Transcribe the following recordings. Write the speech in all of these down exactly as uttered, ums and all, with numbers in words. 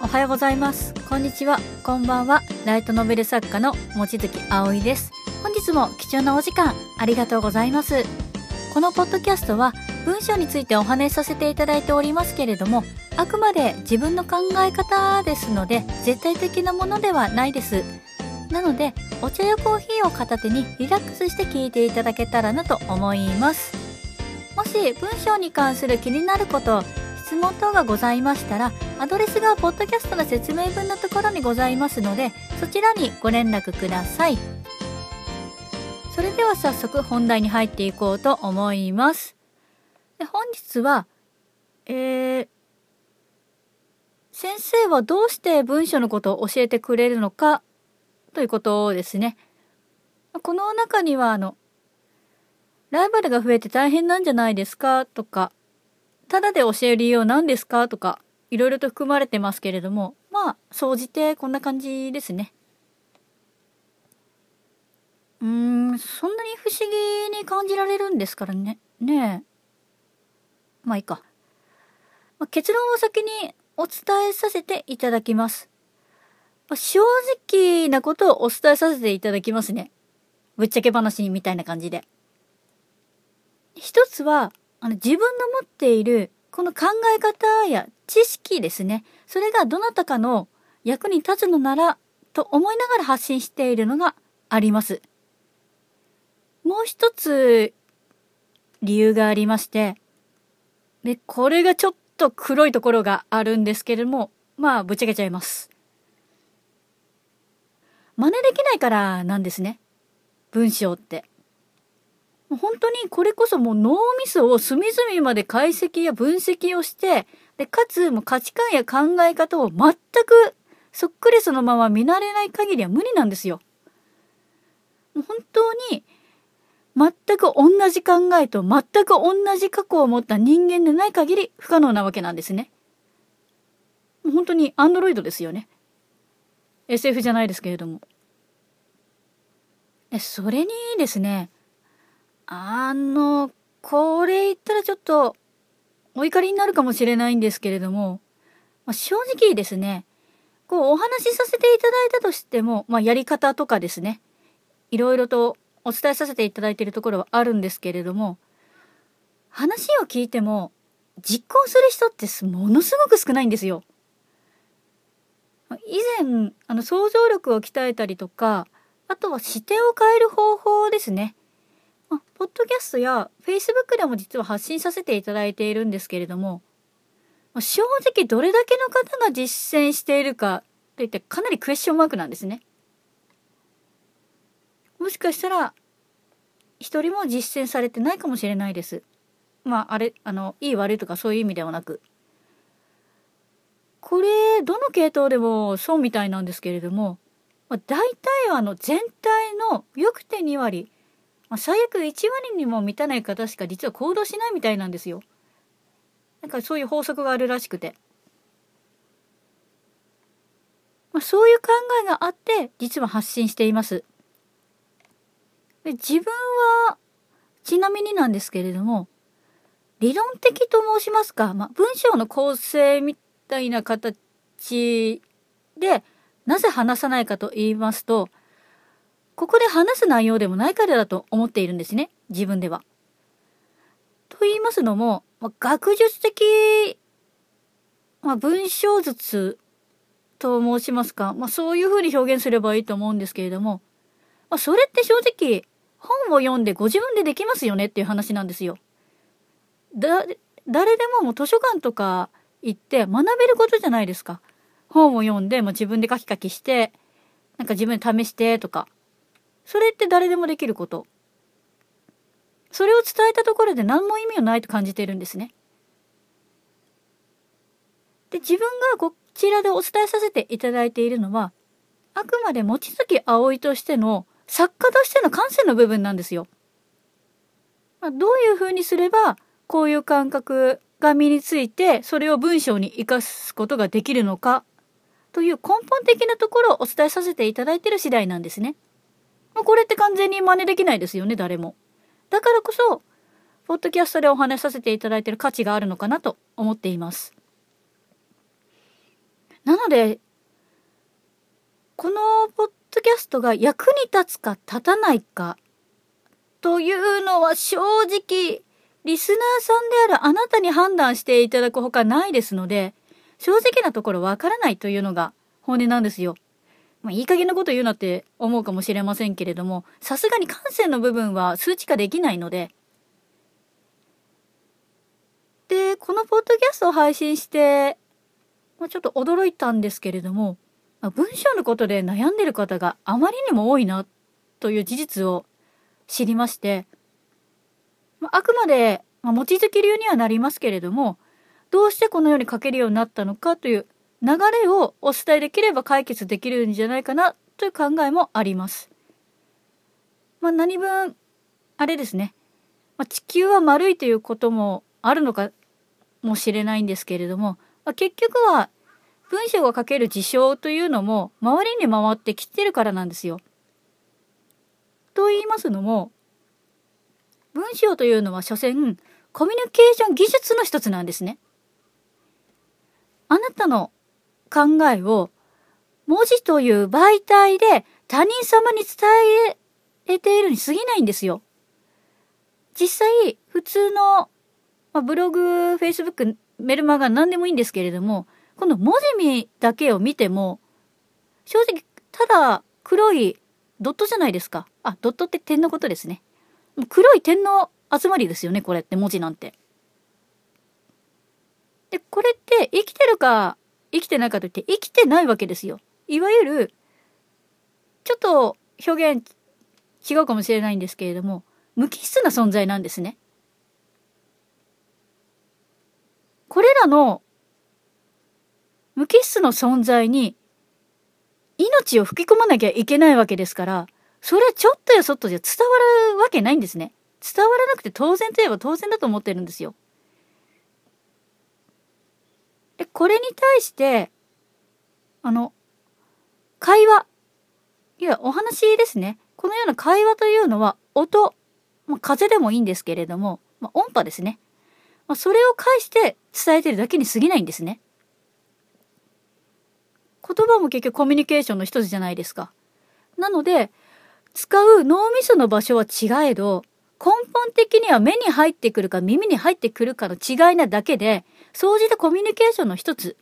はようございます。こんにちは、こんばんは。ライトノベル作家の望月葵です。本日も貴重なお時間ありがとうございます。このポッドキャストは文章についてお話しさせていただいておりますけれども、あくまで自分の考え方ですので絶対的なものではないです。なのでお茶やコーヒーを片手にリラックスして聞いていただけたらなと思います。もし文章に関する気になること、質問等がございましたら、アドレスがポッドキャストの説明文のところにございますので、そちらにご連絡ください。それでは早速本題に入っていこうと思います。で本日は、えー、先生はどうして文章のことを教えてくれるのかということですね。この中にはあのライバルが増えて大変なんじゃないですかとか、ただで教える理由は何ですかとか、いろいろと含まれてますけれども、まあ総じてこんな感じですね。うーんそんなに不思議に感じられるんですからねねえまあいいか、まあ、結論を先にお伝えさせていただきます。まあ、正直なことをお伝えさせていただきますね。ぶっちゃけ話みたいな感じで。一つはあの自分の持っているこの考え方や知識ですね。それがどなたかの役に立つのならと思いながら発信しているのがあります。もう一つ理由がありまして、でこれがちょっと黒いところがあるんですけれども、まあぶっちゃけちゃいます。真似できないからなんですね、文章って。本当にこれこそもう脳みそを隅々まで解析や分析をして、でかつもう価値観や考え方を全くそっくりそのまま見慣れない限りは無理なんですよ。もう本当に全く同じ考えと全く同じ過去を持った人間でない限り不可能なわけなんですね。もう本当にアンドロイドですよね。エスエフ じゃないですけれども。それにですね、あの、これ言ったらちょっとお怒りになるかもしれないんですけれども、まあ、正直ですね、こうお話しさせていただいたとしても、まあ、やり方とかですね、いろいろとお伝えさせていただいているところはあるんですけれども、話を聞いても実行する人ってものすごく少ないんですよ。以前あの想像力を鍛えたりとか、あとは視点を変える方法ですね。まあ、ポッドキャストやフェイスブックでも実は発信させていただいているんですけれども、まあ、正直どれだけの方が実践しているかといってかなりクエスチョンマークなんですね。もしかしたら一人も実践されてないかもしれないです。まああれあのいい悪いとかそういう意味ではなく、これどの系統でもそうみたいなんですけれども、まあ、大体はあの全体のよくてに割、まあ、最悪いち割にも満たない方しか実は行動しないみたいなんですよ。なんかそういう法則があるらしくて、まあ、そういう考えがあって実は発信しています。で自分はちなみになんですけれども、理論的と申しますか、まあ、文章の構成みたいな形でなぜ話さないかと言いますと、ここで話す内容でもないからだと思っているんですね、自分では。と言いますのも、まあ、学術的、まあ、文章術と申しますか、まあ、そういうふうに表現すればいいと思うんですけれども、まあ、それって正直本を読んでご自分でできますよねっていう話なんですよ。だ誰でももう図書館とか行って学べることじゃないですか。本を読んで、まあ、自分でカキカキしてなんか自分で試してとか、それって誰でもできること。それを伝えたところで何も意味がないと感じているんですね。で自分がこちらでお伝えさせていただいているのは、あくまで望月葵としての作家としての感性の部分なんですよ。まあ、どういうふうにすればこういう感覚が身についてそれを文章に生かすことができるのかという根本的なところをお伝えさせていただいている次第なんですね。これって完全に真似できないですよね、誰も。だからこそポッドキャストでお話しさせていただいている価値があるのかなと思っています。 なので、このポッドキャストが役に立つか立たないかというのは正直、リスナーさんであるあなたに判断していただくほかないですので、正直なところわからないというのが本音なんですよ。まあ、いい加減なこと言うなって思うかもしれませんけれども、さすがに感性の部分は数値化できないので、で、このポッドキャストを配信して、まあ、ちょっと驚いたんですけれども、まあ、文章のことで悩んでる方があまりにも多いなという事実を知りまして、まあ、あくまで、まあ、望月流にはなりますけれども、どうしてこのように書けるようになったのかという流れをお伝えできれば解決できるんじゃないかなという考えもあります。まあ、何分あれですね、まあ、地球は丸いということもあるのかもしれないんですけれども、まあ、結局は文章が書ける事象というのも周りに回ってきてるからなんですよ。と言いますのも、文章というのは所詮コミュニケーション技術の一つなんですね。あなたの考えを文字という媒体で他人様に伝えているに過ぎないんですよ。実際普通の、まあ、ブログ、フェイスブック、メルマガ何でもいいんですけれども、この文字だけを見ても正直ただ黒いドットじゃないですか。あ、ドットって点のことですね。黒い点の集まりですよね、これって文字なんて。で、これって生きてるか生きてないかといって生きてないわけですよ。いわゆる、ちょっと表現違うかもしれないんですけれども、無機質な存在なんですね。これらの無機質の存在に命を吹き込まなきゃいけないわけですから、それちょっとやそっとじゃ伝わるわけないんですね。伝わらなくて当然といえば当然だと思ってるんですよ。で、これに対して、あの、会話。いや、お話ですね。このような会話というのは、音、まあ、風でもいいんですけれども、まあ、音波ですね。まあ、それを介して伝えてるだけに過ぎないんですね。言葉も結局コミュニケーションの一つじゃないですか。なので、使う脳みその場所は違えど、根本的には目に入ってくるか耳に入ってくるかの違いなだけで、総じてコミュニケーションの一つ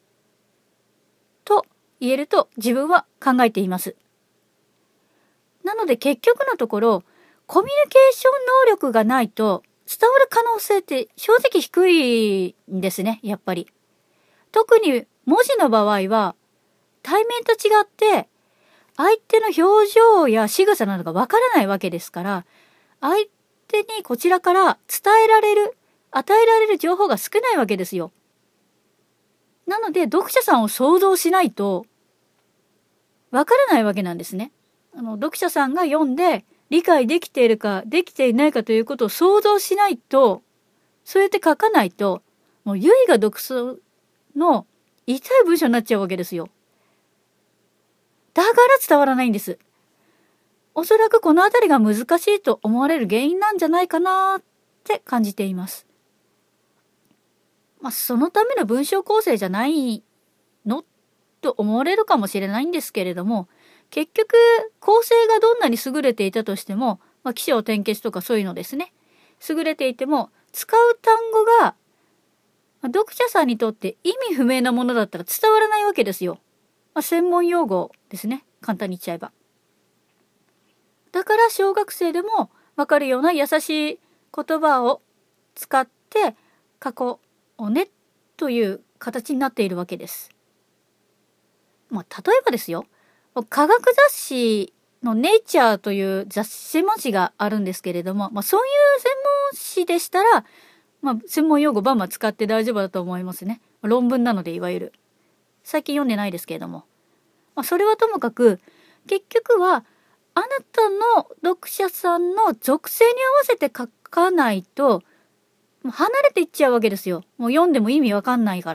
と言えると自分は考えています。なので結局のところ、コミュニケーション能力がないと伝わる可能性って正直低いんですね、やっぱり。特に文字の場合は、対面と違って、相手の表情や仕草などがわからないわけですから、相手にこちらから伝えられる、与えられる情報が少ないわけですよ。なので、読者さんを想像しないと、わからないわけなんですね。あの、読者さんが読んで、理解できているか、できていないかということを想像しないと、そうやって書かないと、もう唯我独尊の痛い文章になっちゃうわけですよ。だから伝わらないんです。おそらくこのあたりが難しいと思われる原因なんじゃないかなって感じています。まあ、そのための文章構成じゃないのと思われるかもしれないんですけれども、結局構成がどんなに優れていたとしても、まあ、起承転結とかそういうのですね。優れていても使う単語が、まあ、読者さんにとって意味不明なものだったら伝わらないわけですよ。まあ、専門用語ですね。簡単に言っちゃえば。だから小学生でもわかるような優しい言葉を使って書こうねという形になっているわけです。まあ、例えばですよ。科学雑誌のネイチャーという雑誌専門誌があるんですけれども、まあ、そういう専門誌でしたら、まあ、専門用語バンバン使って大丈夫だと思いますね。論文なのでいわゆる。最近読んでないですけれども。まあ、それはともかく、結局は、あなたの読者さんの属性に合わせて書かないと、もう離れていっちゃうわけですよ。もう読んでも意味わかんないから。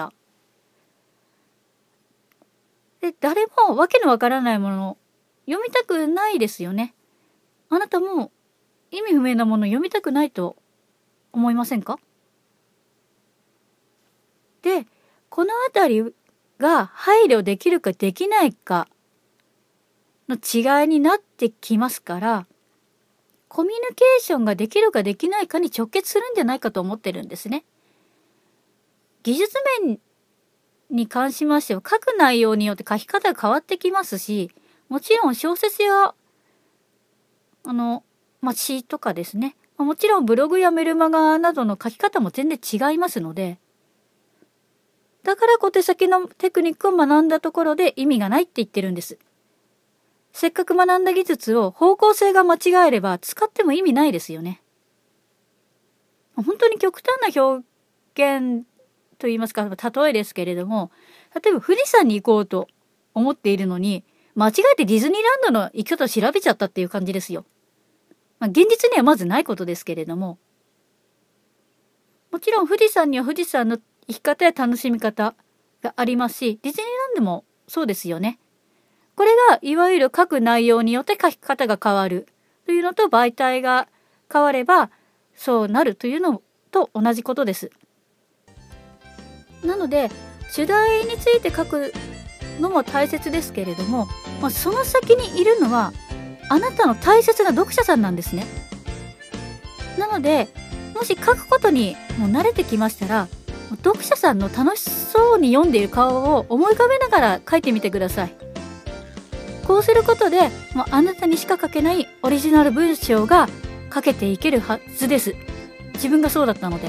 で、誰もわけのわからないものを読みたくないですよね。あなたも意味不明なものを読みたくないと思いませんか？で、このあたりが配慮できるかできないかの違いになってきますから、コミュニケーションができるかできないかに直結するんじゃないかと思ってるんですね。技術面に関しましては書く内容によって書き方が変わってきますし、もちろん小説やあの、まあ、詩とかですね、もちろんブログやメルマガなどの書き方も全然違いますので、だから小手先のテクニックを学んだところで意味がないって言ってるんです。せっかく学んだ技術を方向性が間違えれば使っても意味ないですよね。本当に極端な表現といいますか、例えですけれども、例えば富士山に行こうと思っているのに、間違えてディズニーランドの行き方を調べちゃったっていう感じですよ。まあ、現実にはまずないことですけれども、もちろん富士山には富士山の生き方や楽しみ方がありますし、ディズニーランドもそうですよね。これがいわゆる書く内容によって書き方が変わるというのと、媒体が変わればそうなるというのと同じことです。なので主題について書くのも大切ですけれども、まあ、その先にいるのはあなたの大切な読者さんなんですね。なのでもし書くことにもう慣れてきましたら、読者さんの楽しそうに読んでいる顔を思い浮かべながら書いてみてください。こうすることでもうあなたにしか書けないオリジナル文章が書けていけるはずです。自分がそうだったので。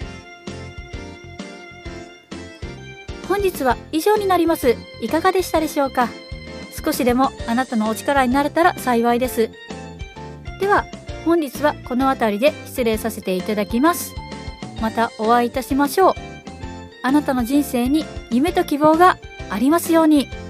本日は以上になります。いかがでしたでしょうか。少しでもあなたのお力になれたら幸いです。では本日はこの辺りで失礼させていただきます。またお会いいたしましょう。あなたの人生に夢と希望がありますように。